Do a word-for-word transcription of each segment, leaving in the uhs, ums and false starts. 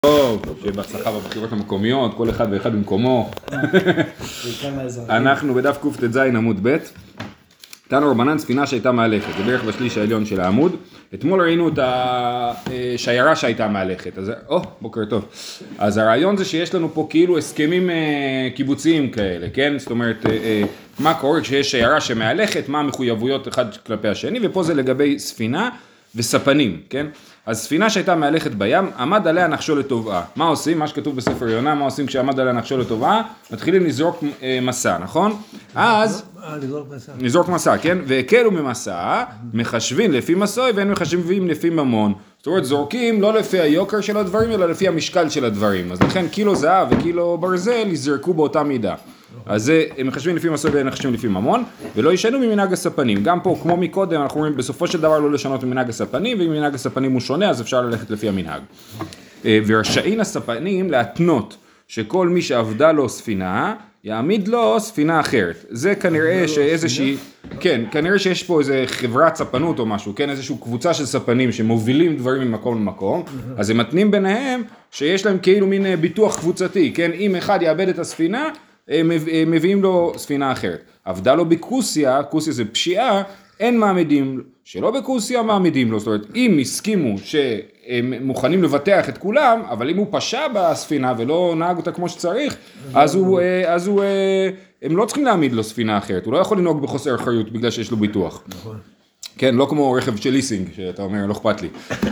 טוב, שיהיה בהצלחה בבחירות המקומיות, כל אחד ואחד במקומו. אנחנו בדף קט"ז עמוד ב'. תנו רבנן ספינה שהייתה מהלכת, זה בערך בשליש העליון של העמוד. אתמול ראינו את השיירה שהייתה מהלכת, אז או, בוקר טוב. אז הרעיון זה שיש לנו פה כאילו הסכמים קיבוציים כאלה, כן? זאת אומרת, מה קורה כשיש שיירה שמהלכת, מה המחויבויות אחד כלפי השני, ופה זה לגבי ספינה וספנים, כן? אז ספינה שהייתה מהלכת בים, עמד עליה נחשו לטובעה. מה עושים? מה שכתוב בספר יונה, מה עושים כשעמד עליה נחשו לטובעה? מתחילים לזרוק אה, מסע, נכון? אז... לזרוק מסע. לזרוק מסע, כן? והקלו ממסע, מחשבים לפי מסוי, ואין מחשבים לפי ממון. זאת אומרת, זורקים לא לפי היוקר של הדברים, אלא לפי המשקל של הדברים. אז לכן קילו זהב וקילו ברזל יזרקו באותה מידה. אז זה, הם מחשבים לפי מסוי ואין מחשבים לפי ממון, ולא ישנו ממנהג הספנים. גם פה, כמו מקודם, אנחנו אומרים בסופו של דבר לא לשנות ממנהג הספנים, ואם מנהג הספנים הוא שונה, אז אפשר ללכת לפי המנהג. ורשאין הספנים להתנות שכל מי שעבדה לו ספינה, יעמיד לו ספינה אחרת. זה כנראה שאיזושהי, כן, כנראה שיש פה איזה חברת ספנות או משהו, כן, איזושהי קבוצה של ספנים שמובילים דברים ממקום למקום, אז הם מתנים ביניהם שיש להם כאילו מין ביטוח קבוצתי, כן, אם אחד יאבד את הספינה, הם מביאים לו ספינה אחרת. עבדה לו בקוסיה, קוסיה זה פשיעה, אין מעמדים, שלא בקוסיה מעמדים לו, זאת אומרת, אם הסכימו שהם מוכנים לבטח את כולם, אבל אם הוא פשע בספינה ולא נהג אותה כמו שצריך, אז הוא, אז הוא, הם לא צריכים להעמיד לו ספינה אחרת, הוא לא יכול לנהוג בחוסר אחריות בגלל שיש לו ביטוח. כן, לא כמו רכב של ליסינג, שאתה אומר, לא אכפת לי.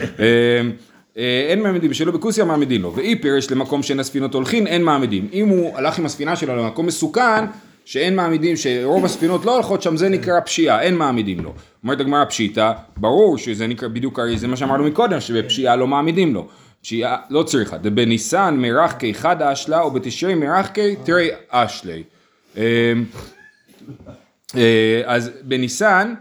אין מעמדים שלו, בקוסיה מעמדים לו, ואי פירש למקום שאין הספינות הולכין, אין מעמדים. אם הוא הלך עם הספינה שלו למקום מסוכן, שאין מעמידים, שרוב הספינות לא הולכות שם, זה נקרא פשיעה, אין מעמידים לו. אומרת הגמרא פשיטה, ברור שזה נקרא בדיוק, זה מה שאמרנו מקודם, שבפשיעה לא מעמידים לו. פשיעה לא צריכה, זה בניסן מרח כאחד אשלה, או בתשרי מרח כתרי אשלי. אז בניסן,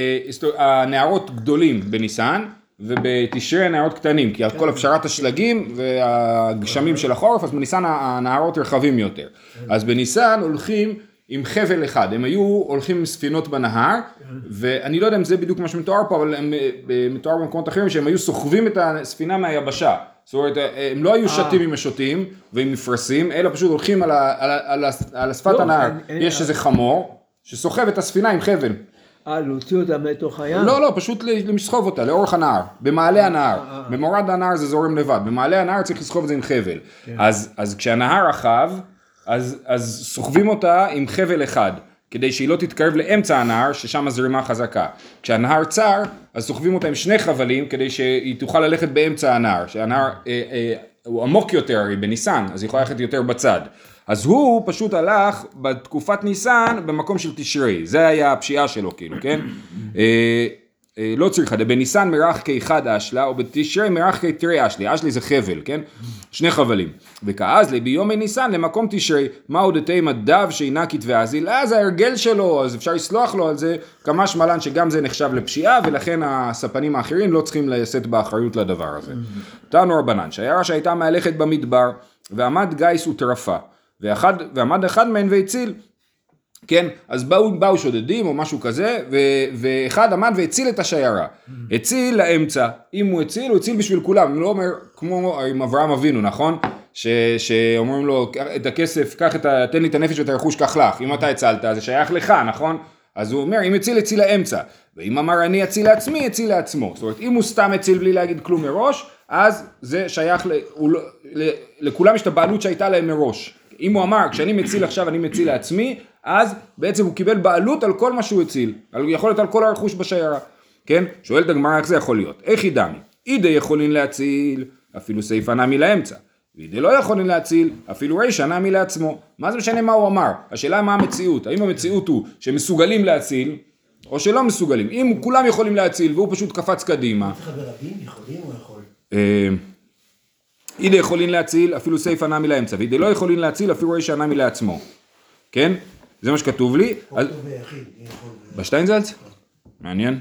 הנערות גדולים בניסן, ובתשרי הנערות קטנים, כי כל הפשרת השלגים והגשמים של החורף, אז בניסן הנערות רחבים יותר. אז בניסן הולכים עם חבל אחד, הם היו הולכים עם ספינות בנהר, ואני לא יודע אם זה בדיוק מה שמתואר פה, אבל הם מתואר במקומות אחרים, שהם היו סוחבים את הספינה מהיבשה. זאת אומרת, הם לא היו שתים עם השוטים ועם מפרסים, אלא פשוט הולכים על, על, על, על השפת הנהר. יש איזה חמור שסוחב את הספינה עם חבל. אה, להוציא אותה מתוך הים? לא, לא, פשוט לסחוב אותה, לאורך הנהר, במעלה הנהר. במורד הנהר זה זורם לבד, במעלה הנהר צריך לסחוב את זה עם חבל. אז, אז כשהנהר רחב, אז, אז סוחבים אותה עם חבל אחד, כדי שהיא לא תתקרב לאמצע הנהר, ששם הזרימה חזקה. כשהנהר צר, אז סוחבים אותה עם שני חבלים, כדי שהיא תוכל ללכת באמצע הנהר, שהנהר אה, אה, הוא עמוק יותר, הרי בניסן, אז היא יכולה ללכת יותר בצד. אז הוא פשוט הלך בתקופת ניסן במקום של תשרי, זה היה הפשיעה שלו כאילו, כן? אה, אה, לא צריכה, בניסן מרח כאחד אשלה, או בתשרי מרח כתרי אשלי, אשלי זה חבל, כן? שני חבלים. וכאז לי ביום ניסן למקום תשרי, מהו דתימה דב שאינה כתבי אזיל, אז ההרגל שלו, אז אפשר לסלוח לו על זה, כמה שמלן שגם זה נחשב לפשיעה, ולכן הספנים האחרים לא צריכים לשאת באחריות לדבר הזה. תנו רבנן, שיירה שהייתה מהלכת במדבר, ועמד גייס וטרפה. ואחד, ועמד אחד מהן והציל, כן, אז באו, באו שודדים או משהו כזה, ו, ואחד עמד והציל את השיירה, הציל לאמצע, אם הוא הציל, הוא הציל בשביל כולם, הוא לא אומר, כמו עם אברהם אבינו, נכון? ש, שאומרים לו, את הכסף, קח את ה, תן לי את הנפש ואת הרכוש, קח לך, אם אתה הצלת, זה שייך לך, נכון? אז הוא אומר, אם הציל, הציל לאמצע, ואם אמר אני אציל לעצמי, הציל לעצמו, זאת אומרת, אם הוא סתם הציל בלי להגיד כלום מראש, אז זה שייך, ל, הוא, ל, לכולם יש את הבעלות שהייתה להם מראש. אם הוא אמר, כשאני מציל עכשיו, אני מציל לעצמי, אז בעצם הוא קיבל בעלות על כל מה שהוא הציל. יכול להיות על כל הרכוש בשיירה. כן? שואלת הגמרא איך זה יכול להיות. איך ידעמי? אידי יכולים להציל, אפילו סייפה נמי לאמצע. ואידי לא יכולים להציל, אפילו רישא נמי לעצמו. מה זה משנה מה הוא אמר? השאלה מה המציאות. האם המציאות הוא שמסוגלים להציל, או שלא מסוגלים. אם כולם יכולים להציל, והוא פשוט קפץ קדימה. ברבים יכולים או יכול? אידי יכולים להציל, אפילו סייפה נמי לאמצע, ואידי לא יכולים להציל, אפילו רישא נמי לעצמו. כן? זה מה שכתוב לי. בשטיינזלץ? מעניין.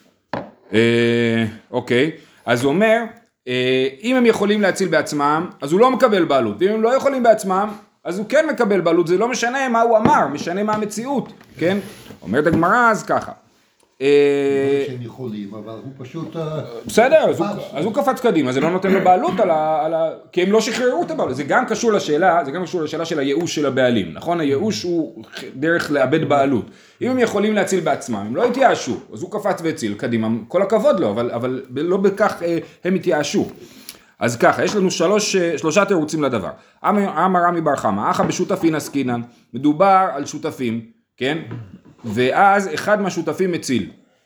אוקיי. אז הוא אומר, אם הם יכולים להציל בעצמם, אז הוא לא מקבל בעלות. ואם הם לא יכולים בעצמם, אז הוא כן מקבל בעלות. זה לא משנה מה הוא אמר, משנה מה המציאות. כן? אומרת הגמרא אז ככה. שהם יכולים, אבל הוא פשוט... בסדר, אז הוא קפץ קדימה, זה לא נותן לו בעלות על ה... כי הם לא שחררו את הבעלות, זה גם קשור לשאלה, זה גם קשור לשאלה של הייאוש של הבעלים, נכון? הייאוש הוא דרך לאבד בעלות. אם הם יכולים להציל בעצמם, הם לא התייאשו, אז הוא קפץ והציל קדימה, כל הכבוד לו, אבל לא בכך הם התייאשו. אז ככה, יש לנו שלוש, שלושה תירוצים לדבר. אמר רמי בר חמא, אחא בשותפין עסקינן, מדובר על שותפים, כן? ואז אחד מהשותפים מציל.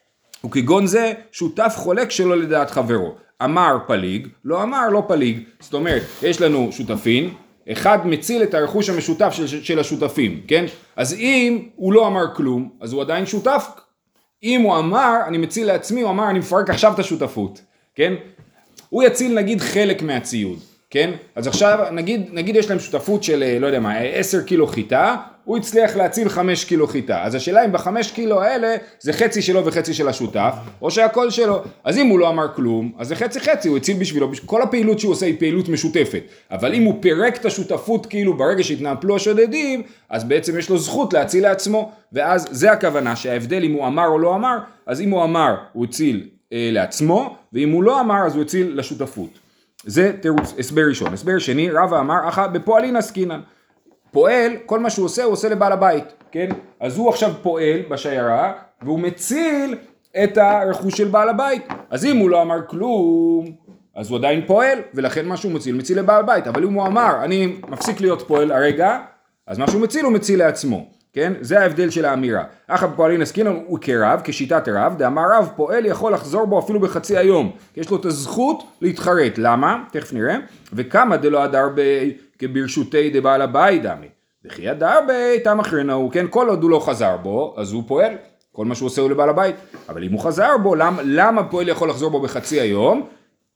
וכגון זה, שותף חולק שלא לדעת חברו. אמר פליג, לא אמר לא פליג. זאת אומרת, יש לנו שותפים, אחד מציל את הרכוש המשותף של, של השותפים, כן? אז אם הוא לא אמר כלום, אז הוא עדיין שותף. אם הוא אמר, אני מציל לעצמי, הוא אמר, אני מפרק עכשיו את השותפות, כן? הוא יציל נגיד חלק מהציוד, כן? אז עכשיו נגיד, נגיד יש להם שותפות של, לא יודע מה, עשר קילו חיטה, הוא הצליח להציל חמש קילו חיטה. אז השאלה אם בחמש קילו האלה זה חצי שלו וחצי של השותף, או שהכל שלו. אז אם הוא לא אמר כלום, אז זה חצי חצי, הוא הציל בשבילו. כל הפעילות שהוא עושה היא פעילות משותפת. אבל אם הוא פירק את השותפות כאילו ברגע שהתנפלו השודדים, אז בעצם יש לו זכות להציל לעצמו. ואז זה הכוונה, שההבדל אם הוא אמר או לא אמר, אז אם הוא אמר הוא הציל אה, לעצמו, ואם הוא לא אמר אז הוא הציל לשותפות. זה תירוץ, הסבר ראשון. הסבר שני, רבא אמר, אחא בפועלין עסקינן. פועל, כל מה שהוא עושה, הוא עושה לבעל הבית, כן? אז הוא עכשיו פועל בשיירה, והוא מציל את הרכוש של בעל הבית. אז אם הוא לא אמר כלום, אז הוא עדיין פועל, ולכן מה שהוא מציל, מציל לבעל הבית. אבל אם הוא אמר, אני מפסיק להיות פועל הרגע, אז מה שהוא מציל, הוא מציל לעצמו, כן? זה ההבדל של האמירה. אחא בפועלין עסקינן הוא כרב, כשיטת רב, דאמר רב, פועל יכול לחזור בו אפילו בחצי היום. יש לו את הזכות להתחרט. למה? תכף נראה. וכמה דלא הדר ב... כברשותי דבעל הבית דמי. וכי הדר ביתם אחרינהו, כן? כל עוד הוא לא חזר בו, אז הוא פועל. כל מה שהוא עושה הוא לבעל הבית. אבל אם הוא חזר בו, למה, למה פועל יכול לחזור בו בחצי היום?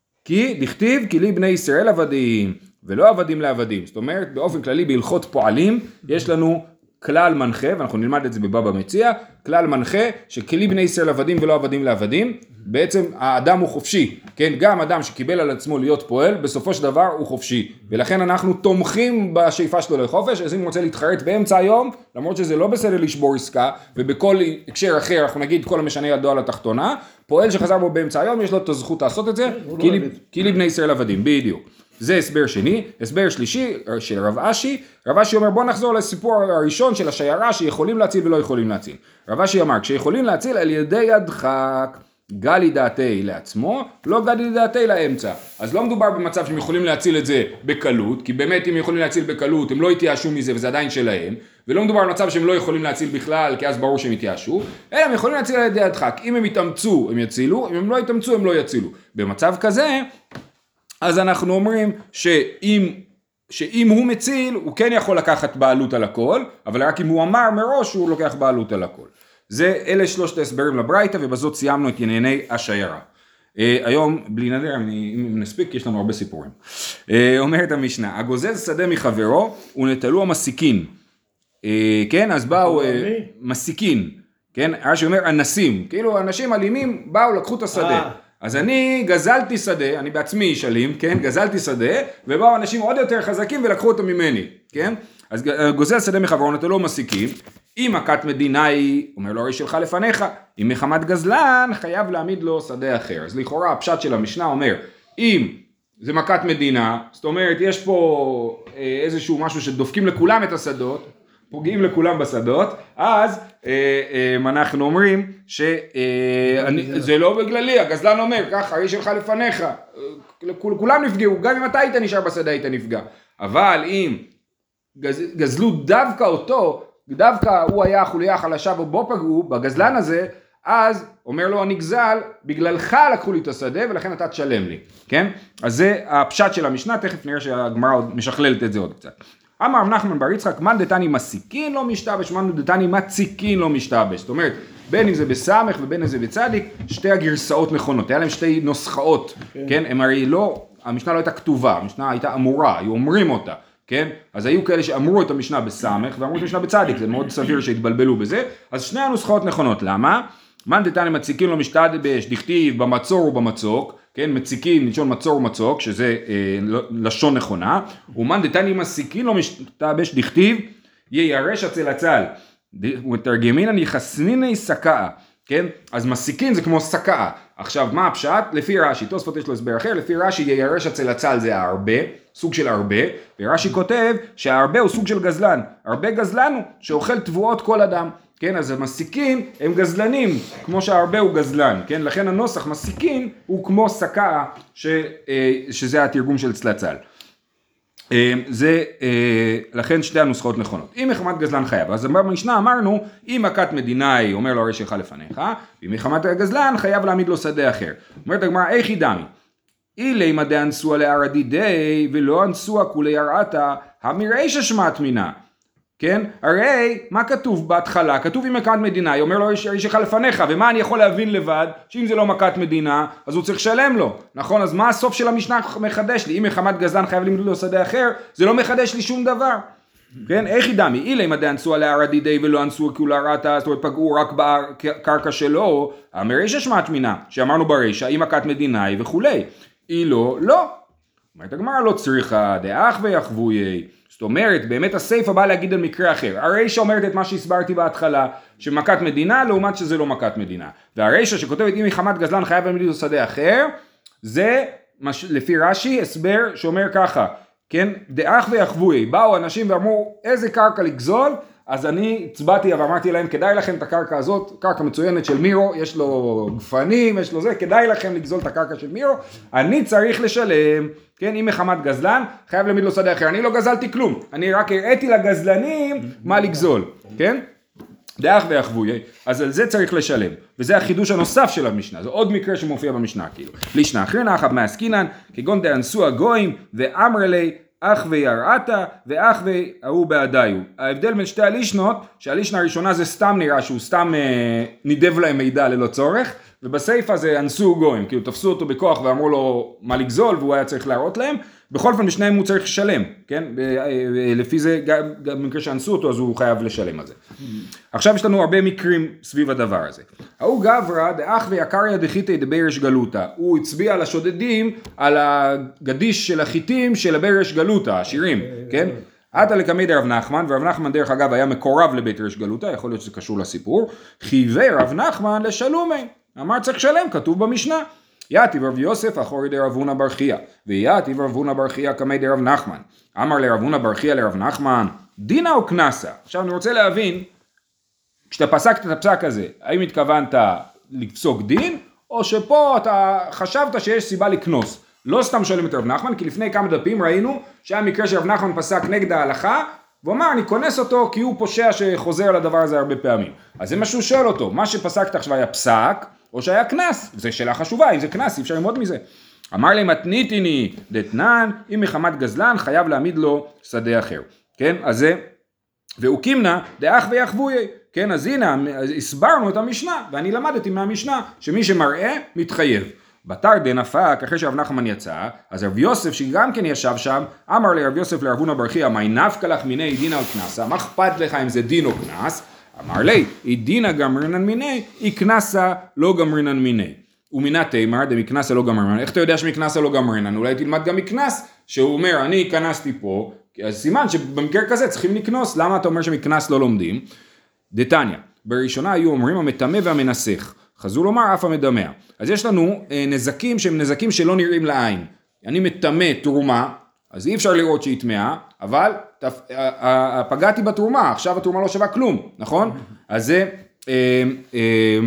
כי דכתיב, כי לי בני ישראל עבדים, ולא עבדים לעבדים. זאת אומרת, באופן כללי, בהלכות פועלים, יש לנו כלל מנחה, ואנחנו נלמד את זה בבבא מציעא, כלל מנחה שכלי בני ישראל עבדים ולא עבדים לעבדים, בעצם האדם הוא חופשי, כן? גם אדם שקיבל על עצמו להיות פועל, בסופו של דבר הוא חופשי, ולכן אנחנו תומכים בשאיפה שלו לחופש. אז אם הוא רוצה להתחרט באמצע היום, למרות שזה לא בסדר לשבור עסקה, ובכל הקשר אחר אנחנו נגיד כל המשנה ידו על התחתונה, פועל שחזר בו באמצע היום, יש לו את הזכות לעשות את זה, כי לי בני ישראל עבדים, בדיוק. זה הסבר שני. הסבר שלישי של רב אשי, רב אשי אומר בוא נחזור לסיפור הראשון של השיירה שיכולים להציל ולא יכולים להציל. רב אשי אמר כשיכולים להציל על ידי הדחק, גלי דעתי לעצמו, לא גלי דעתי לאמצע. אז לא מדובר במצב שהם יכולים להציל את זה בקלות, כי באמת אם יכולים להציל בקלות הם לא יתייאשו מזה וזה עדיין שלהם, ולא מדובר במצב שהם לא יכולים להציל בכלל כי אז ברור שהם יתייאשו, אלא הם יכולים להציל על ידי הדחק. אם הם יתאמצו הם יצילו, אם הם לא יתאמצו הם לא יצילו. במצב כזה אז אנחנו אומרים שאם, שאם הוא מציל, הוא כן יכול לקחת בעלות על הכל, אבל רק אם הוא אמר מראש, הוא לוקח בעלות על הכל. זה, אלה שלושת ההסברים לברייתא, ובזאת סיימנו את ענייני השיירה. אה, היום, בלי נדר, אני, אם נספיק, יש לנו הרבה סיפורים. אה, אומרת המשנה, הגוזל שדה מחברו, ונטלו המסיקין. אה, כן, אז באו אה, מסיקין. כן, רש"י אומר אנסים, כאילו אנשים אלימים באו, לקחו את השדה. אז אני גזלתי שדה, אני בעצמי איש אלים, כן, גזלתי שדה, ובאו אנשים עוד יותר חזקים ולקחו אותו ממני, כן? אז גוזל שדה מחברו, נטלו מסיקים, אם מכת מדינה היא, אומר לו הרי שלך לפניך, אם מחמת גזלן, חייב להעמיד לו שדה אחר. אז לכאורה הפשט של המשנה אומר, אם זה מכת מדינה, זאת אומרת יש פה איזשהו משהו שדופקים לכולם את השדות, פוגעים לכולם בשדות, אז אה, אה, אנחנו אומרים שזה לא בגללי, הגזלן אומר, ככה, הרי שלך לפניך, כולם נפגעו, גם אם אתה היית נשאר בשדה היית נפגע, אבל אם גז, גזלו דווקא אותו, דווקא הוא היה החוליה החלשה ובו פגעו, בגזלן הזה, אז אומר לו הנגזל, בגללך לקחו לי את השדה ולכן אתה תשלם לי, כן? אז זה הפשט של המשנה, תכף נראה שהגמרא עוד משכללת את זה עוד קצת. אמר רב נחמן בר יצחק, מן דתני מסיקין לא משתבש, מן דתני מציקין לא משתבש. זאת אומרת, בין אם זה בסמך ובין אם זה בצדיק, שתי הגרסאות נכונות, היה להם שתי נוסחאות, כן? כן? הם הרי לא, המשנה לא הייתה כתובה, המשנה הייתה אמורה, היו אומרים אותה, כן? אז היו כאלה שאמרו את המשנה בסמך ואמרו את המשנה בצדיק, זה מאוד סביר שהתבלבלו בזה, אז שני הנוסחאות נכונות, למה? מן דתני מציקין לא משתבש, דכתיב במצור ובמצוק, כן, מציקין, נשון מצור ומצוק, שזה אה, לשון נכונה, ומן דתני מסיקין לא משתבש, דכתיב, יירש הצלצל, ותרגמינן יחסניני סקאה, כן? אז מסיקין זה כמו סקה. עכשיו, מה הפשט? לפי רש"י, תוספות יש לו הסבר אחר, לפי רש"י יירש הצלצל זה הרבה, סוג של הרבה, ורש"י כותב שההרבה הוא סוג של גזלן, הרבה גזלן הוא שאוכל תבואות כל אדם, כן? אז המסיקין הם גזלנים, כמו שההרבה הוא גזלן, כן? לכן הנוסח מסיקין הוא כמו סקה, ש, שזה התרגום של צלצל. זה, לכן שתי הנוסחות נכונות. אם מחמת גזלן חייב, אז במשנה אמרנו, אם מכת מדינאי אומר לו הרי שלך לפניך, ואם מחמת הגזלן חייב להעמיד לו שדה אחר. אומרת הגמרא, איך ידמי? אילי מדי אנסוע לערדי די, ולא אנסוע כולי הרעתה, המראה ששמעת מינה. כן? הרי מה כתוב בהתחלה? כתוב אם מכת מדינה, היא אומר לו הרי שלך לפניך, ומה אני יכול להבין לבד? שאם זה לא מכת מדינה, אז הוא צריך לשלם לו, נכון? אז מה הסוף של המשנה מחדש לי? אם מחמת גזלן חייב למדוד לו שדה אחר, זה לא מחדש לי שום דבר. כן? איך ידמי? אילי מדי אנסוע לערדי די ולא אנסוע כולה רעתה, זאת אומרת פגעו רק בקרקע שלו, המראה ששמעת מינה, שאמרנו ברישה, אם מכת מדינה וכולי. אילו, לא. אומרת הגמרא לא צריכה, דאח ויחבויי. זאת אומרת, באמת הסייפה בא להגיד על מקרה אחר. הרישה אומרת את מה שהסברתי בהתחלה, שמכת מדינה לעומת שזה לא מכת מדינה. והרישה שכותבת אם מחמת גזלן חייב להעמיד לו שדה אחר, זה לפי רש"י הסבר שאומר ככה, כן? דאח ויחבויי. באו אנשים ואמרו איזה קרקע לגזול, אז אני הצבעתי ואמרתי להם כדאי לכם את הקרקע הזאת, קרקע מצוינת של מירו, יש לו גפנים, יש לו זה, כדאי לכם לגזול את הקרקע של מירו, אני צריך לשלם, כן, אם מחמת גזלן, חייב להעמיד לו שדה אחר, אני לא גזלתי כלום, אני רק הראיתי לגזלנים מה לגזול, כן? דאח ויחבויי, אז על זה צריך לשלם, וזה החידוש הנוסף של המשנה, זה עוד מקרה שמופיע במשנה, כאילו, לישנה אחרנה, אחת מעסקינן, כגון דאנסו הגויים, ואמרלי, אח וירעתה, ואח והוא בעדיו. ההבדל בין שתי הלישנות, שהלישנה הראשונה זה סתם נראה שהוא סתם אה, נידב להם מידע ללא צורך, ובסייפה זה אנסו גויים, כאילו תפסו אותו בכוח ואמרו לו מה לגזול, והוא היה צריך להראות להם, בכל פעם בשניהם הוא צריך לשלם, כן? לפי זה, גם במקרה שאנסו אותו, אז הוא חייב לשלם על זה. עכשיו יש לנו הרבה מקרים סביב הדבר הזה. ההוא גברא דאח ויקריא דחיתי דברש גלותה, הוא הצביע על השודדים, על הגדיש של החיטים של הברש גלותה, השירים, כן? עתה לקמי דרב נחמן, ורב נחמן דרך אגב היה מקורב לבית ברש גלותה, יכול להיות שזה קשור לסיפור, חייבי רב נחמן לשלומי, אמר צריך לשלם, כתוב במשנה. יתיב רב יוסף אחורי דרב הונא בר חייא, ויתיב רב הונא בר חייא קמי דרב נחמן. אמר לרב הונא בר חייא לרב נחמן, דינה או קנסה? עכשיו אני רוצה להבין, כשאתה פסקת את הפסק הזה, האם התכוונת לפסוק דין, או שפה אתה חשבת שיש סיבה לקנוס? לא סתם שואלים את רב נחמן, כי לפני כמה דפים ראינו שהיה מקרה שרב נחמן פסק נגד ההלכה, והוא אמר אני כונס אותו כי הוא פושע שחוזר על הדבר הזה הרבה פעמים. אז זה מה שהוא שואל אותו, מה שפסקת עכשיו היה פסק, או שהיה כנס, זו שאלה חשובה, אם זה כנס, אי אפשר ללמוד מזה. אמר לי מתניתיני דתנן, אם מחמת גזלן חייב להעמיד לו שדה אחר. כן, אז זה, והוא קימנה דאח ויחבויי. כן, אז הנה, הסברנו את המשנה, ואני למדתי מהמשנה, שמי שמראה מתחייב. בתר דנפק, אחרי שרב נחמן יצא, אז רב יוסף שגם כן ישב שם, אמר לרב יוסף לרב הונא בר חייא, מי נפקא לך מיני דינה או קנסה, מה אכפת לך אם זה דין או קנס? אמר לי, אי דינא גמרינן מיני, אי קנסה לא גמרינן מיני. ומינה תימר, דמקנסה לא גמרינן. איך אתה יודע שמקנסה לא גמרינן? אולי תלמד גם מקנס, שהוא אומר, אני כנסתי פה, אז סימן שבמקרה כזה צריכים לקנוס, למה אתה אומר שמקנס לא לומדים? דתניא, בראשונה היו אומרים המטמא והמנסח, חזו לומר אף המדמע. אז יש לנו אה, נזקים שהם נזקים שלא נראים לעין. אני מטמא תרומה, אז אי אפשר לראות שהיא טמאה, אבל תפ... פגעתי בתרומה, עכשיו התרומה לא שווה כלום, נכון? אז זה, אה, אה,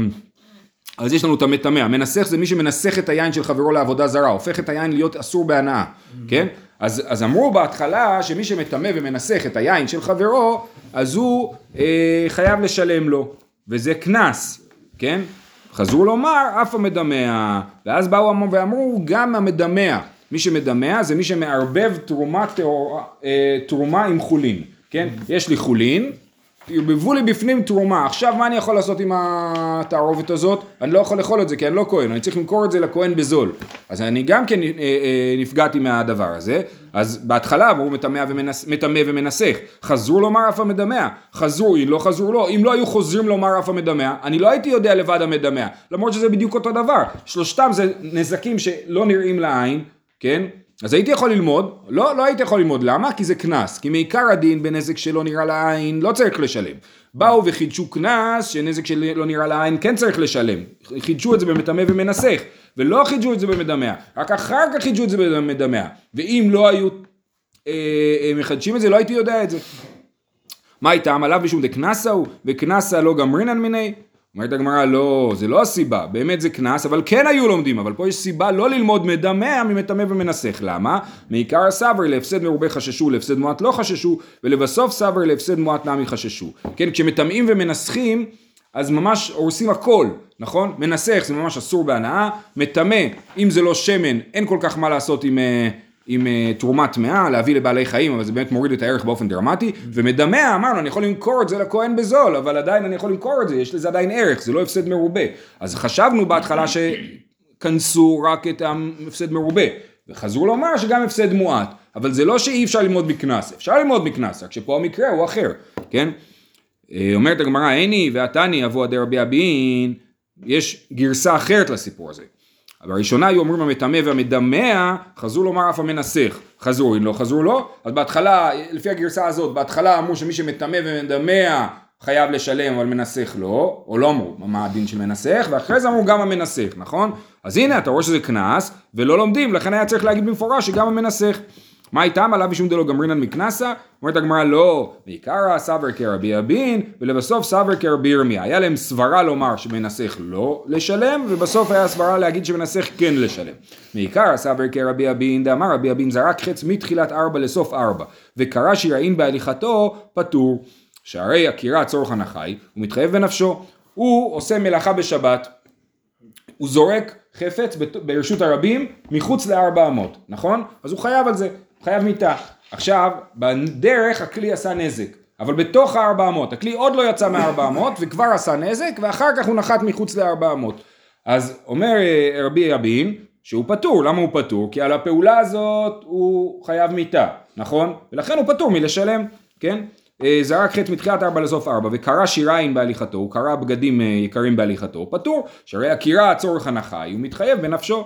אז יש לנו את המטמא, המנסח זה מי שמנסח את היין של חברו לעבודה זרה, הופך את היין להיות אסור בהנאה, כן? אז, אז אמרו בהתחלה שמי שמטמא ומנסח את היין של חברו, אז הוא אה, חייב לשלם לו, וזה קנס, כן? חזרו לומר אף המדמע, ואז באו ואמרו גם המדמע, מי שמדמע זה מי שמערבב תרומה, תרומה עם חולין, כן? יש לי חולין, ירבבו לי בפנים תרומה, עכשיו מה אני יכול לעשות עם התערובת הזאת? אני לא יכול לאכול את זה כי אני לא כהן, אני צריך למכור את זה לכהן בזול, אז אני גם כן נפגעתי מהדבר הזה, אז בהתחלה אמרו מטמא ומנס, ומנסח, חזרו לומר אף המדמע, חזרו, אם לא חזרו לא, אם לא היו חוזרים לומר אף המדמע, אני לא הייתי יודע לבד המדמע, למרות שזה בדיוק אותו דבר, שלושתם זה נזקים שלא נראים לעין, כן? אז הייתי יכול ללמוד, לא, לא הייתי יכול ללמוד, למה? כי זה קנס, כי מעיקר הדין בנזק שלא נראה לעין לא צריך לשלם. באו וחידשו קנס שנזק שלא נראה לעין כן צריך לשלם, חידשו את זה במטמא ומנסח, ולא חידשו את זה במדמע, רק אחר כך חידשו את זה במדמע, ואם לא היו אה, אה, מחדשים את זה, לא הייתי יודע את זה. מה הייתה? עליו משום דקנסה הוא, וקנסה לא גמרינן מיני? אומרת הגמרא, לא, זה לא הסיבה, באמת זה קנס, אבל כן היו לומדים, אבל פה יש סיבה לא ללמוד מדמע ממטמא ומנסח, למה? מעיקר הסבר להפסד מרובה חששו, להפסד מועט לא חששו, ולבסוף סבר להפסד מועט נמי חששו. כן, כשמטמאים ומנסחים, אז ממש הורסים הכל, נכון? מנסח זה ממש אסור בהנאה, מטמא, אם זה לא שמן, אין כל כך מה לעשות עם... עם uh, תרומת טמאה, להביא לבעלי חיים, אבל זה באמת מוריד את הערך באופן דרמטי, ומדמע, אמרנו, אני יכול למכור את זה לכהן בזול, אבל עדיין אני יכול למכור את זה, יש לזה עדיין ערך, זה לא הפסד מרובה. אז חשבנו בהתחלה שכנסו רק את ההפסד מרובה, וחזרו לומר שגם הפסד מועט, אבל זה לא שאי אפשר ללמוד מקנס, אפשר ללמוד מקנס, רק שפה המקרה הוא אחר, כן? אומרת הגמרא, איני ועתני אבו עדי רבי אבין, יש גרסה אחרת לסיפור הזה. בראשונה היו אומרים המטמא והמדמע, חזרו לומר אף המנסח, חזרו, אם לא חזרו לא, אז בהתחלה, לפי הגרסה הזאת, בהתחלה אמרו שמי שמטמא ומדמע חייב לשלם, אבל מנסח לא, או לא אמרו מה הדין של מנסח, ואחרי זה אמרו גם המנסח, נכון? אז הנה, אתה רואה שזה קנס, ולא לומדים, לכן היה צריך להגיד במפורש שגם המנסח. מה איתם? עליו משום דלא גמרינן מקנסה? אומרת הגמרא לא, בעיקר סבר כרבי אבין, ולבסוף סבר כרבי ירמיה. היה להם סברה לומר שמנסח לא לשלם, ובסוף היה סברה להגיד שמנסח כן לשלם. בעיקר סבר כרבי אבין, דאמר רבי אבין זרק חץ מתחילת ארבע לסוף ארבע, וקרא שיראין בהליכתו פטור, שהרי הקירה צורך הנחי, הוא מתחייב בנפשו, הוא עושה מלאכה בשבת, הוא זורק חפץ ברשות הרבים מחוץ לארבע אמות, נכון? אז הוא חייב על זה. חייב מיטה. עכשיו, בדרך הכלי עשה נזק, אבל בתוך הארבע אמות, הכלי עוד לא יצא מהארבע אמות, וכבר עשה נזק, ואחר כך הוא נחת מחוץ לארבע אמות. אז אומר רבי אבין, שהוא פטור. למה הוא פטור? כי על הפעולה הזאת הוא חייב מיטה, נכון? ולכן הוא פטור מלשלם, כן? זרק חץ מתחילת ארבע לסוף ארבע, וקרא שיריים בהליכתו, הוא קרא בגדים יקרים בהליכתו, פטור, שהרי הקירה צורך הנחי, הוא מתחייב בנפשו.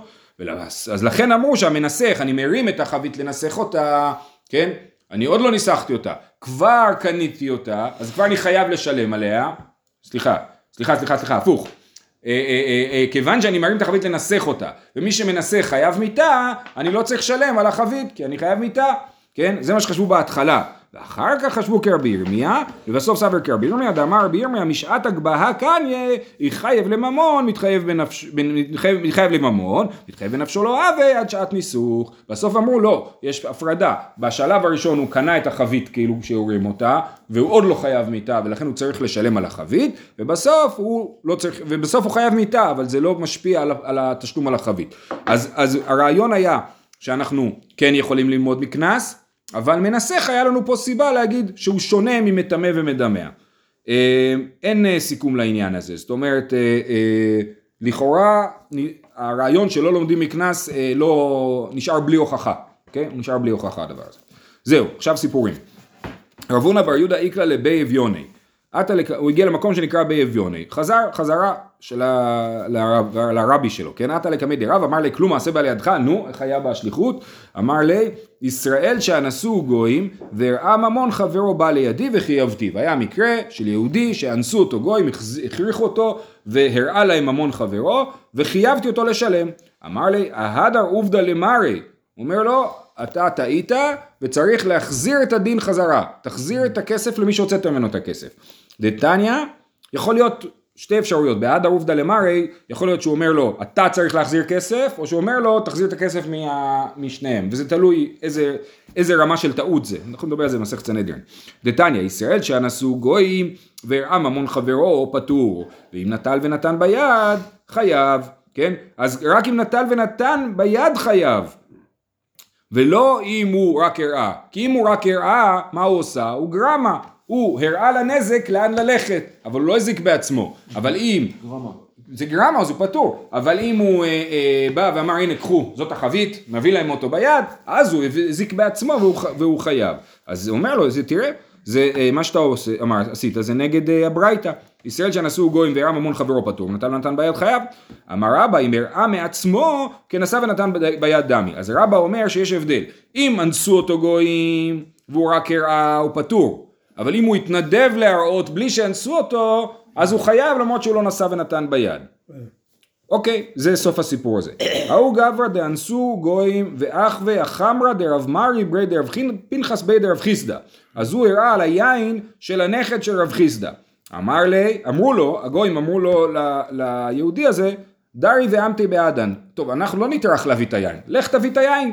אז לכן אמרו שהמנסח, אני מרים את החבית לנסח אותה, כן? אני עוד לא ניסחתי אותה, כבר קניתי אותה, אז כבר אני חייב לשלם עליה, סליחה, סליחה, סליחה, סליחה, הפוך. אה, אה, אה, כיוון שאני מרים את החבית לנסח אותה, ומי שמנסח חייב מיטה, אני לא צריך לשלם על החבית, כי אני חייב מיטה, כן? זה מה שחשבו בהתחלה. ואחר כך חשבו כרבי ירמיה, ובסוף סבר כרבי ירמיה, דאמר רבי ירמיה, משעת הגבהה קניה, היא חייב לממון, מתחייב, בנפש, מתחייב, מתחייב לממון, מתחייב בנפשו לא אהבה עד שעת ניסוך. בסוף אמרו לא, יש הפרדה. בשלב הראשון הוא קנה את החבית כאילו שהורים אותה, והוא עוד לא חייב מיטה, ולכן הוא צריך לשלם על החבית, ובסוף הוא לא צריך, ובסוף הוא חייב מיטה, אבל זה לא משפיע על, על התשלום על החבית. אז, אז הרעיון היה שאנחנו כן יכולים ללמוד מקנס, אבל מנסח היה לנו פה סיבה להגיד שהוא שונה ממטמא ומדמע. אין סיכום לעניין הזה, זאת אומרת, לכאורה הרעיון שלא לומדים מקנס לא נשאר בלי הוכחה, אוקיי? הוא נשאר בלי הוכחה הדבר הזה. זהו, עכשיו סיפורים. רב הונא בר יהודה איקלה לבי אביוני, הוא הגיע למקום שנקרא בי אביוני, חזר, חזרה של לרב, לרבי שלו, כן? עתה לקמי דרב, אמר לי, כלום מעשה בא לידך, נו, איך היה בשליחות? אמר לי, ישראל שאנסו גויים, והראה ממון חברו בא לידי וחייבתי. והיה מקרה של יהודי שאנסו אותו גויים, הכריחו אותו, והראה להם ממון חברו, וחייבתי אותו לשלם. אמר לי, ההדר עובדה למרי, הוא אומר לו, אתה טעית וצריך להחזיר את הדין חזרה, תחזיר את הכסף למי שהוצאת ממנו את הכסף. דתניא, יכול להיות שתי אפשרויות, בהדר עובדה למרי, יכול להיות שהוא אומר לו, אתה צריך להחזיר כסף, או שהוא אומר לו, תחזיר את הכסף מה, משניהם, וזה תלוי איזה, איזה רמה של טעות זה, אנחנו נדבר על זה במסכת סנהדרין. דתניא, ישראל שאנסו גויים, והראה ממון חברו פטור, ואם נטל ונתן ביד, חייב, כן? אז רק אם נטל ונתן ביד חייב, ולא אם הוא רק הראה, כי אם הוא רק הראה, מה הוא עושה? הוא גרמה, הוא הראה לנזק לאן ללכת, אבל הוא לא הזיק בעצמו, אבל אם, גרמה. זה גרמה, אז הוא פטור, אבל אם הוא אה, אה, בא ואמר, הנה קחו, זאת החבית, מביא להם אותו ביד, אז הוא הזיק בעצמו והוא, והוא חייב, אז הוא אומר לו, זה, תראה, זה מה שאתה עושה, אמר, עשית, זה נגד הברייתא. ישראל שנשאו גויים והראה ממון חברו פטור, נתן ונתן ביד חייב. אמר רבא, אם הראה מעצמו, כנשא ונתן ביד דמי. אז רבא אומר שיש הבדל. אם אנסו אותו גויים, והוא רק הראה, הוא פטור. אבל אם הוא התנדב להראות בלי שאנסו אותו, אז הוא חייב למרות שהוא לא נשא ונתן ביד. אוקיי, זה סוף הסיפור הזה. ההוא גברא דאנסו גויים ואחווה החמרא דרב מרי ברי דרב פנחס בי דרב חיסדא. אז הוא הראה על היין של הנכד של רב חיסדא. אמר לי, אמרו לו, הגויים אמרו לו ל, ליהודי הזה, דרי ואמתי בעדן. טוב, אנחנו לא נטרח להביא את היין, לך תביא את היין.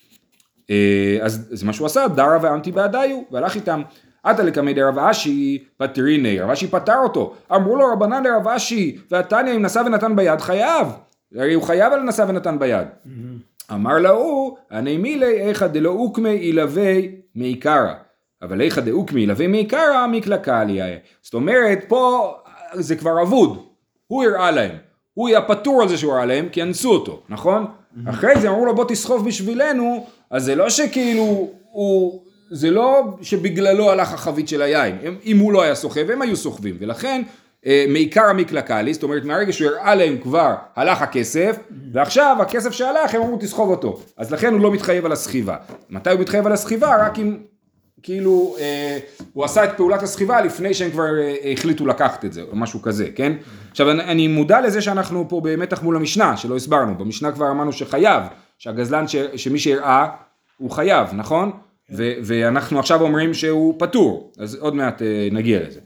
אז זה מה שהוא עשה, דרה ואמתי בעדיו, והלך איתם. עתה לקמי דרב אשי פטריני, רב אשי פטר אותו, אמרו לו רבנן לרב אשי, והתניא אם נשא ונתן ביד חייב, הרי הוא חייב על נשא ונתן ביד. אמר לו, אני מילי איכא דלא אוקמי אילווי מעיקרא, אבל איכא דאוקמי אילווי מעיקרא מקלקליה. זאת אומרת, פה זה כבר אבוד, הוא הראה להם, הוא יהיה פטור על זה שהוא הראה להם, כי אנסו אותו, נכון? אחרי זה אמרו לו בוא תסחוב בשבילנו, אז זה לא שכאילו הוא... זה לא שבגללו הלך החבית של היין, הם, אם הוא לא היה סוחב, הם היו סוחבים, ולכן אה, מעיקר המקלקלי, זאת אומרת מהרגע שהוא הראה להם כבר הלך הכסף, ועכשיו הכסף שהלך הם אמרו תסחוב אותו, אז לכן הוא לא מתחייב על הסחיבה. מתי הוא מתחייב על הסחיבה? רק אם כאילו אה, הוא עשה את פעולת הסחיבה לפני שהם כבר אה, החליטו לקחת את זה, או משהו כזה, כן? עכשיו אני, אני מודע לזה שאנחנו פה במתח מול המשנה, שלא הסברנו, במשנה כבר אמרנו שחייב, שהגזלן ש, שמי שהראה הוא חייב, נכון? ו- ואנחנו עכשיו אומרים שהוא פטור, אז עוד מעט uh, נגיע לזה.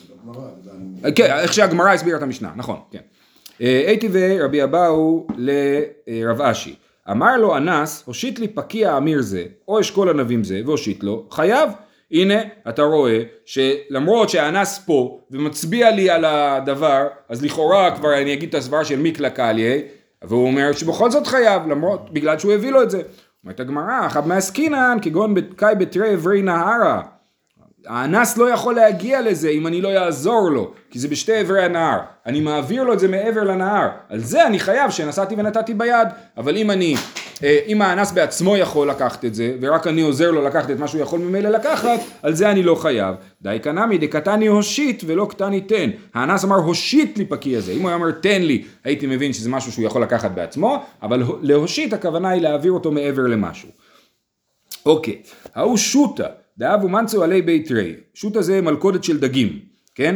כן, איך שהגמרא הסבירה את המשנה, נכון, כן. הייתי ורבי אבאו לרב אשי, אמר לו אנס, הושיט לי פקיע אמיר זה, או אשכול ענבים זה, והושיט לו, חייב. הנה, אתה רואה שלמרות שהאנס פה, ומצביע לי על הדבר, אז לכאורה כבר אני אגיד את הסברה של מיקלא קליה, והוא אומר שבכל זאת חייב, למרות, בגלל שהוא הביא לו את זה. אומרת הגמרא, חב מעסקינן, כגון קאי בתרי עברי נהרה. האנס לא יכול להגיע לזה אם אני לא יעזור לו, כי זה בשתי עברי הנהר. אני מעביר לו את זה מעבר לנהר. על זה אני חייב שנסעתי ונתתי ביד. אבל אם אני, אם האנס בעצמו יכול לקחת את זה, ורק אני עוזר לו לקחת את מה שהוא יכול ממילא לקחת, על זה אני לא חייב. די קנמי, דקתני הושיט ולא קטני תן. האנס אמר הושיט לי פקיע זה. אם הוא אמר תן לי, הייתי מבין שזה משהו שהוא יכול לקחת בעצמו, אבל להושיט הכוונה היא להעביר אותו מעבר למשהו. אוקיי, ההוא שוטה. דאבו מנצו עלי בית רי, שוט הזה מלכודת של דגים, כן?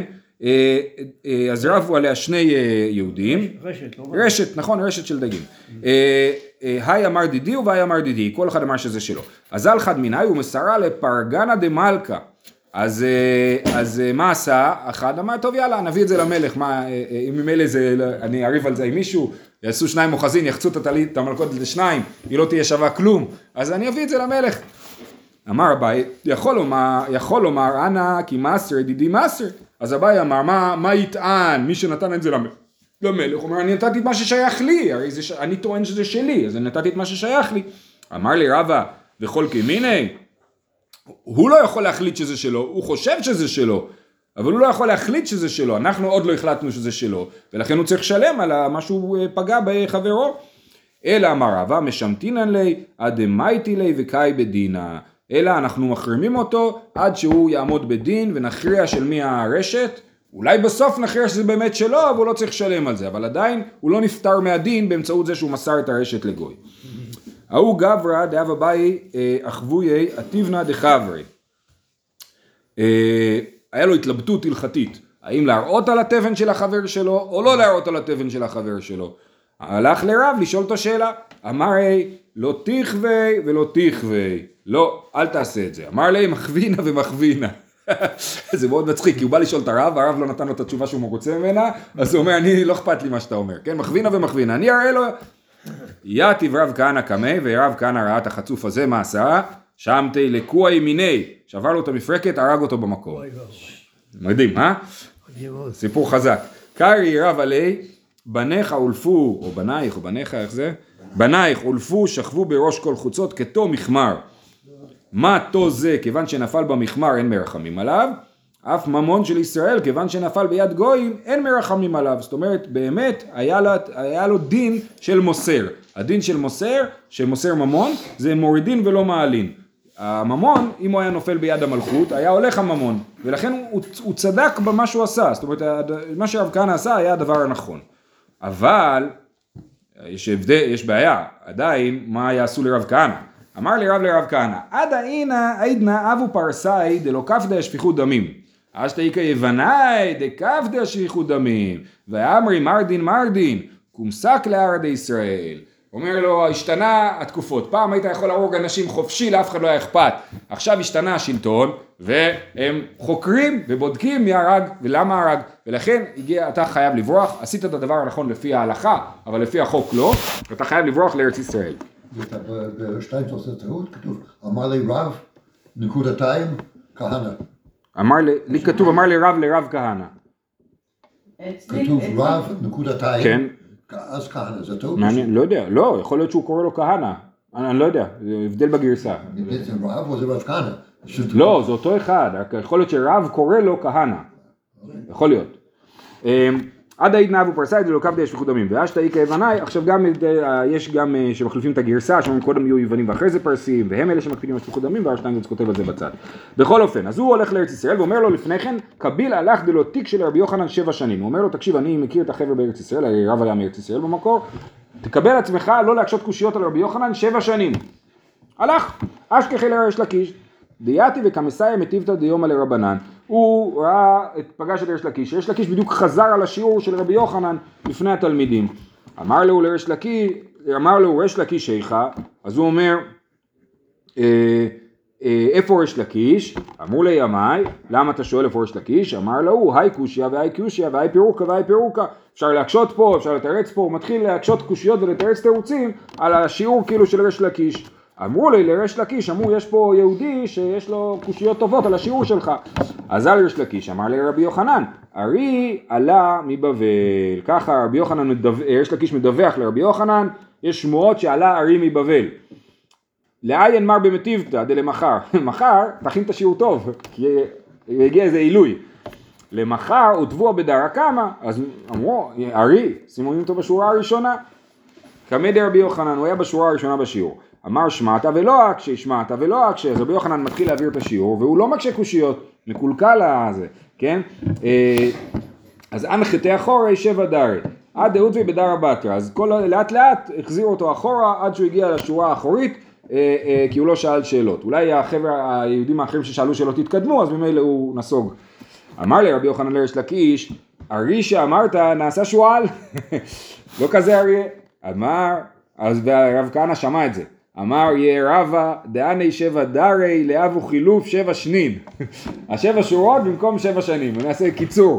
אז רבו עליה שני יהודים. רשת, לא? רשת, נכון, רשת של דגים. היי אמר דידי והי אמר דידי, כל אחד אמר שזה שלו. אז על חד מיני הוא מסרה לפרגנה דמלכה. אז, אז מה עשה? אחד אמר, טוב יאללה, נביא את זה למלך, מה, אם ממילא זה, אני אריב על זה עם מישהו, יעשו שניים מוחזין, יחצו את המלכודת לשניים, היא לא תהיה שווה כלום, אז אני אביא את זה למלך. אמר אביי, יכול לומר, יכול לומר, אנא כי מסר, ידידי מסר. אז אביי אמר, מה, מה יטען, מי שנתן את זה למלך? למלך, הוא אומר, אני נתתי את מה ששייך לי, הרי זה, אני טוען שזה שלי, אז אני נתתי את מה ששייך לי. אמר לי רבא, וכל כמיני, הוא לא יכול להחליט שזה שלו, הוא חושב שזה שלו, אבל הוא לא יכול להחליט שזה שלו, אנחנו עוד לא החלטנו שזה שלו, ולכן הוא צריך לשלם על מה שהוא פגע בחברו. אלא אמר רבא, משמתינן לי, עד דמייתי לי וקאי בדינה. אלא אנחנו מחרימים אותו עד שהוא יעמוד בדין ונכריע של מי הרשת, אולי בסוף נכריע שזה באמת שלו, אבל הוא לא צריך לשלם על זה, אבל עדיין הוא לא נפטר מהדין באמצעות זה שהוא מסר את הרשת לגוי. ההוא גברא דאב אביי אחבויי עטיבנא דחברי. היה לו התלבטות הלכתית, האם להראות על התבן של החבר שלו או לא להראות על התבן של החבר שלו. הלך לרב לשאול אותו שאלה, אמר לי לא תכווי ולא תכווי, לא, אל תעשה את זה. אמר לי מכווינה ומכווינה. זה מאוד מצחיק, כי הוא בא לשאול את הרב, הרב לא נתן לו את התשובה שהוא רוצה ממנה, אז הוא אומר, אני לא אכפת לי מה שאתה אומר, כן, מכווינה ומכווינה, אני אראה לו. יתיב רב כהנא קמי, ורב כהנא ראה את החצוף הזה, מה עשה? שמתי לקוע ימיני, שבר לו את המפרקת, הרג אותו במקום. מדהים, אה? סיפור חזק. קרי רב עלי, בניך אולפו, או בנייך, או בניך, איך זה? בנייך אולפו, שכבו בראש כל חוצות, כתו מחמר. מה תו זה, כיוון שנפל במחמר, אין מרחמים עליו. אף ממון של ישראל, כיוון שנפל ביד גויים, אין מרחמים עליו. זאת אומרת, באמת, היה לו, היה לו דין של מוסר. הדין של מוסר, שמוסר ממון, זה מורידין ולא מעלין. הממון, אם הוא היה נופל ביד המלכות, היה הולך הממון, ולכן הוא, הוא צדק במה שהוא עשה, זאת אומרת, מה שרב כהנא עשה היה הדבר הנכון. אבל, יש הבדל, יש בעיה, עדיין, מה יעשו לרב כהנא? אמר לי רב לרב כהנא, עד העינה עידנא אבו פרסאי דלא כפדא שפיכות דמים. אשתאיקה יבנאי דכפדא שפיכות דמים. ואמרי מרדין מרדין, קומסק לארץ ישראל. אומר לו, השתנה התקופות, פעם היית יכול להרוג אנשים חופשי, לאף אחד לא היה אכפת. עכשיו השתנה השלטון, והם חוקרים ובודקים מי הרג ולמה הרג. ולכן הגיע, אתה חייב לברוח, עשית את הדבר הנכון לפי ההלכה, אבל לפי החוק לא, אתה חייב לברוח לארץ ישראל. בשתיים עשרה טעות כתוב, אמר לי רב, נקודתיים, כהנא. אמר לי, לי כתוב, אמר לי רב לרב כהנא. כתוב רב, נקודתיים. כן. אז כהנא, זה טעות? מעניין, לא יודע, לא, יכול להיות שהוא קורא לו כהנא, אני, אני לא יודע, זה הבדל בגרסה. זה רב או זה רב כהנא? לא, זה אותו אחד, יכול להיות שרב קורא לו כהנא, יכול להיות. עד העידנא אבו פרסאי דלא כפדא שפיכות דמים, ואשתאיקה יבנאי, עכשיו גם יש גם שמחליפים את הגרסה, שאומרים קודם יהיו יוונים ואחרי זה פרסים, והם אלה שמקפידים על שפיכות דמים, והשטיינזלץ כותב על זה בצד. בכל אופן, אז הוא הולך לארץ ישראל ואומר לו לפני כן, קביל הלך דלא תיק של רבי יוחנן שבע שנים. הוא אומר לו, תקשיב, אני מכיר את החבר'ה בארץ ישראל, הרי רב היה מארץ ישראל במקור, תקבל עצמך לא להקשות קושיות על רבי יוחנן שבע שנים. הלך, אשכחי לריש לקיש, דייתי וכמסאי מטיבתא דיומא לרבנן. הוא ראה, פגש את ריש לקיש, ריש לקיש בדיוק חזר על השיעור של רבי יוחנן לפני התלמידים. אמר לו לריש לקיש, אמר לו ריש לקיש איכה, אז הוא אומר, אה, אה, איפה ריש לקיש? אמרו לי ימי, למה אתה שואל איפה ריש לקיש? אמר לו, היי קושיה והי קושיה והי פירוקה והי פירוקה. אפשר להקשות פה, אפשר לתרץ פה, הוא מתחיל להקשות קושיות ולתרץ תירוצים על השיעור כאילו של ריש לקיש. אמרו לי לריש לקיש, אמרו יש פה יהודי שיש לו קושיות טובות על השיעור שלך. אז על ריש לקיש אמר לי רבי יוחנן, ארי עלה מבבל. ככה רבי יוחנן, ריש לקיש מדווח לרבי יוחנן, יש שמועות שעלה ארי מבבל. לעיין מר במטיבתא דלמחר, מחר תכין את השיעור טוב, כי יגיע איזה עילוי. למחר הוטבוע בדרא קמא, אז אמרו, ארי, שימו אותו בשורה הראשונה. כמדי רבי יוחנן, הוא היה בשורה הראשונה בשיעור. אמר שמעת ולא אקשה, שמעת ולא אקשה, אז רבי יוחנן מתחיל להעביר את השיעור, והוא לא מקשה קושיות, מקולקל הזה, כן? אז אנחתי אחורה שבע דרי, עד דהות ובדרא בתרא, אז כל, לאט לאט החזיר אותו אחורה, עד שהוא הגיע לשורה האחורית, כי הוא לא שאל שאלות. אולי החבר'ה, היהודים האחרים ששאלו שאלות התקדמו, אז ממילא הוא נסוג. אמר לי רבי יוחנן לריש לקיש, ארי שאמרת נעשה שועל, לא כזה אריה. אמר, אז רב כהנא שמע את זה. אמר יהיה רבא דעני שבע דרי לאבו חילוף שבע שנין. השבע שורות במקום שבע שנים, אני אעשה קיצור.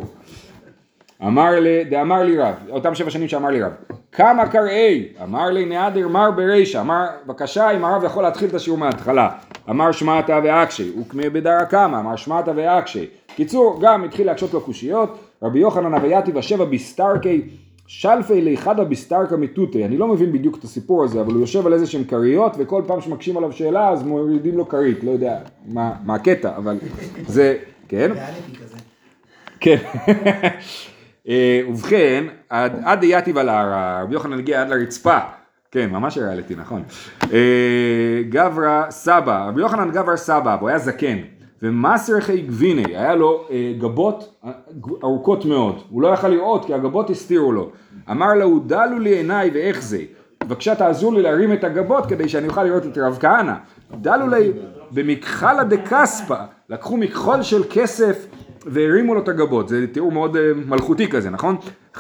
אמר לי, דאמר לי רב, אותם שבע שנים שאמר לי רב. כמה קראי? אמר לי נעדר מר ברישה. אמר, בבקשה אם הרב יכול להתחיל את השיעור מההתחלה. אמר שמעתה ואקשי, וקמא בדרא קמא, אמר שמעתה ואקשי. קיצור, גם התחיל להקשות לו קושיות. רבי יוחנן אבייתי ושבע בסתרקי. שלפי ליחדה בסתרקה מתותי, אני לא מבין בדיוק את הסיפור הזה, אבל הוא יושב על איזה שהם קריות, וכל פעם שמקשים עליו שאלה, אז מורידים לו קרית, לא יודע מה, מה הקטע, אבל זה, כן? כן. ובכן, עד, עד יתיב על ההר, רבי יוחנן הגיע עד לרצפה, כן, ממש ריאליטי, נכון. גברא סבא, רבי יוחנן גברא סבא, הוא היה זקן. ומסרחי גביני, היה לו אה, גבות ארוכות מאוד, הוא לא יכל לראות כי הגבות הסתירו לו. אמר לו, דלו לי עיניי ואיך זה, בבקשה תעזור לי להרים את הגבות כדי שאני אוכל לראות את רב כהנא. דלו לי במכחלה דקספא, לקחו מכחול של כסף והרימו לו את הגבות, זה תיאור מאוד אה, מלכותי כזה, נכון?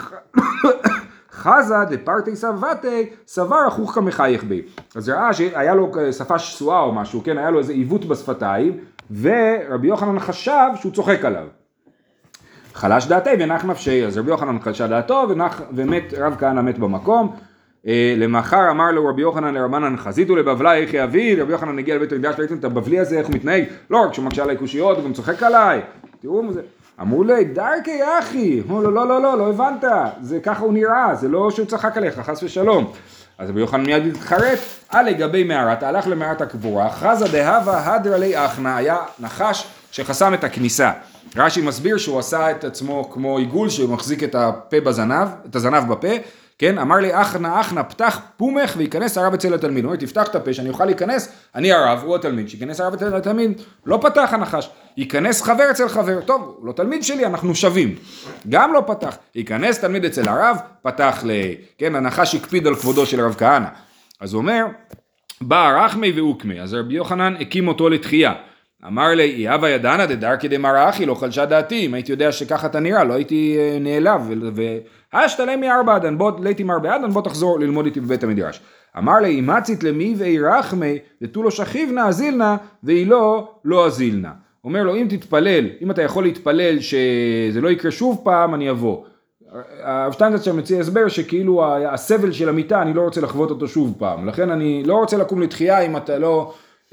חזה דפרטי סבתי סבר אחוך כמחייך בי. אז ראה שהיה לו שפה שסועה או משהו, כן, היה לו איזה עיוות בשפתיים, ורבי יוחנן חשב שהוא צוחק עליו. חלש דעתי ונח נפשי, אז רבי יוחנן חלשה דעתו ונח, ומת, רב כהנא מת במקום. למחר אמר לו רבי יוחנן לרבנן חזיתו לבבלי איך יביא, רבי יוחנן הגיע לבית המקדש, ראיתם את הבבלי הזה איך הוא מתנהג, לא רק שהוא מקשה עליי קושיות, הוא גם צוחק עליי, תראו מה זה. אמרו לי, דרכי אחי, אמרו לו, לא, לא, לא, לא הבנת, זה ככה הוא נראה, זה לא שהוא צחק עליך, חס ושלום. אז רבי יוחנן מיד התחרט, על לגבי מערת, הלך למערת הקבורה, חזה דהבה הדרה לי אחנה, היה נחש שחסם את הכניסה. רש"י מסביר שהוא עשה את עצמו כמו עיגול, שהוא מחזיק את הפה בזנב, את הזנב בפה, כן, אמר לי אחנה אחנה פתח פומך וייכנס הרב אצל התלמיד, הוא אומר תפתח את הפה שאני אוכל להיכנס, אני הרב, הוא התלמיד, שיכנס הרב אצל התלמיד, לא פתח הנחש, ייכנס חבר אצל חבר, טוב, הוא לא תלמיד שלי, אנחנו שווים, גם לא פתח, ייכנס תלמיד אצל הרב, פתח ל... כן, הנחש הקפיד על כבודו של רב כהנא, אז הוא אומר, בא רחמי ואוקמי, אז רבי יוחנן הקים אותו לתחייה, אמר לי, יאבה ידענה דדרכי דמרחי, לא חלשה דעתי, אם הייתי יודע שככה אתה נראה, לא הייתי נעלב, והשתלם מארבע אדן, בוא ליתי מארבע אדן, בוא תחזור ללמוד איתי בבית המדרש. אמר לי, אם מצית למי ואי רחמי, ותו לו שכיבנה, אזילנה, ואי לא, לא אזילנה. אומר לו, אם תתפלל, אם אתה יכול להתפלל שזה לא יקרה שוב פעם, אני אבוא. הרב שטיינזלץ שם מציע הסבר שכאילו הסבל של המיטה, אני לא רוצה לחוות אותו שוב פעם, לכן אני לא רוצה לקום לתחייה אם אתה לא...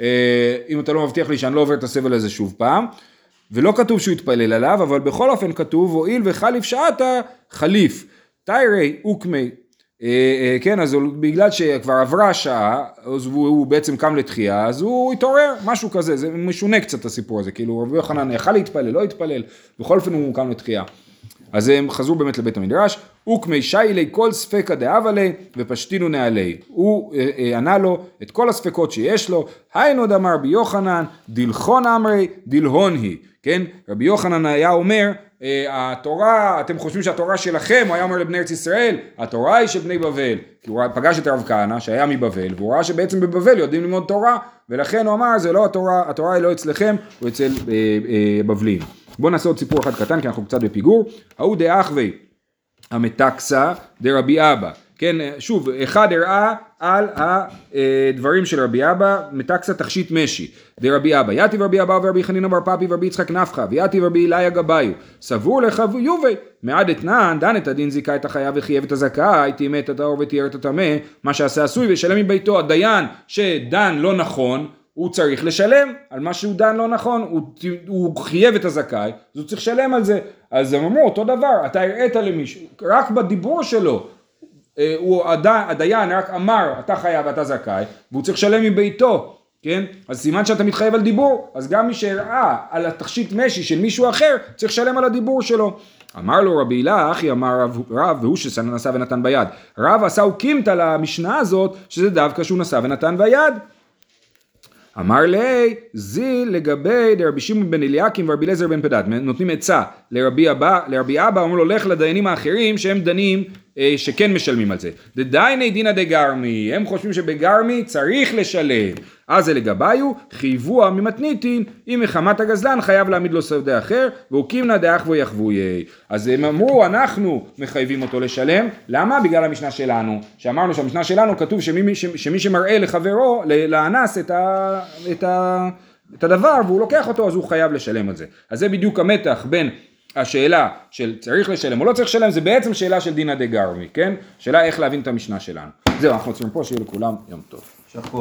אם אתה לא מבטיח לי שאני לא עובר את הסבל הזה שוב פעם, ולא כתוב שהוא יתפלל עליו, אבל בכל אופן כתוב, הואיל וחליף שעתה, חליף, תיירי אוקמי, כן, אז בגלל שכבר עברה שעה, אז הוא, הוא בעצם קם לתחייה, אז הוא התעורר, משהו כזה, זה משונה קצת הסיפור הזה, כאילו רבי יוחנן יכל להתפלל, לא התפלל, בכל אופן הוא קם לתחייה. אז הם חזרו באמת לבית המדרש, וקמי שיילי כל ספקה דאב עלי ופשטינו נעלי. הוא אה, ענה לו את כל הספקות שיש לו, היינו דאמר רבי יוחנן, דילכון אמרי, דילהון היא. כן? רבי יוחנן היה אומר, אה, התורה, אתם חושבים שהתורה שלכם, הוא היה אומר לבני ארץ ישראל, התורה היא של בני בבל. כי הוא פגש את הרב כהנא שהיה מבבל, והוא ראה שבעצם בבבל יודעים ללמוד תורה, ולכן הוא אמר, זה לא התורה, התורה היא לא אצלכם, הוא אצל אה, אה, בבלים. בואו נעשה עוד סיפור אחד קטן, כי אנחנו קצת בפיגור. ההוא דאחווי המטקסה דרבי אבא. כן, שוב, אחד הראה על הדברים של רבי אבא, מטקסה תכשיט משי. דרבי אבא, יתי ורבי אבא ורבי חנינא בר פפי ורבי יצחק נפחא, ויתי ורבי איליה גבאיו. סבור לך יובי, מעד אתנן, דן את הדין זיכה את החייב וחייב את הזכאי, טימא את הטהור ותיאר את הטמא, מה שעשה עשוי וישלם מביתו. הדיין שדן לא נכון, הוא צריך לשלם על מה שהוא דן לא נכון, הוא, הוא חייב את הזכאי, אז הוא צריך לשלם על זה. אז הם אמרו, אותו דבר, אתה הראית למישהו, רק בדיבור שלו, הוא, הדיין רק אמר, אתה חייב ואתה זכאי, והוא צריך לשלם מביתו, כן? אז סימן שאתה מתחייב על דיבור, אז גם מי שהראה על התכשיט משי של מישהו אחר, צריך לשלם על הדיבור שלו. אמר לו רבי הילה, אחי אמר רב, רב והוא שנשא ונתן ביד. רב עשה וקימתא למשנה הזאת, שזה דווקא שהוא נשא ונתן ביד. אמר לי, זיל לגבי דרבי שמעון בן אליקים ורבי אליעזר בן פדת, נותנים עצה לרבי אבא, לרבי אבא, אומר לו, לך לדיינים האחרים שהם דנים אה, שכן משלמים על זה. דדייני דינא דגרמי, הם חושבים שבגרמי צריך לשלם. אז זה לגביו, חייבוה ממתניתין, אם מחמת הגזלן חייב להעמיד לו שדה אחר, והוא קימנא דאחווי יחבויי. אז הם אמרו, אנחנו מחייבים אותו לשלם, למה? בגלל המשנה שלנו, שאמרנו שהמשנה שלנו כתוב שמי, שמי שמראה לחברו, לאנס את, ה, את, ה, את הדבר, והוא לוקח אותו, אז הוא חייב לשלם על זה. אז זה בדיוק המתח בין השאלה של צריך לשלם או לא צריך לשלם, זה בעצם שאלה של דינא דגרמי, כן? שאלה איך להבין את המשנה שלנו. זהו, אנחנו עוצרים פה, שיהיה לכולם יום טוב.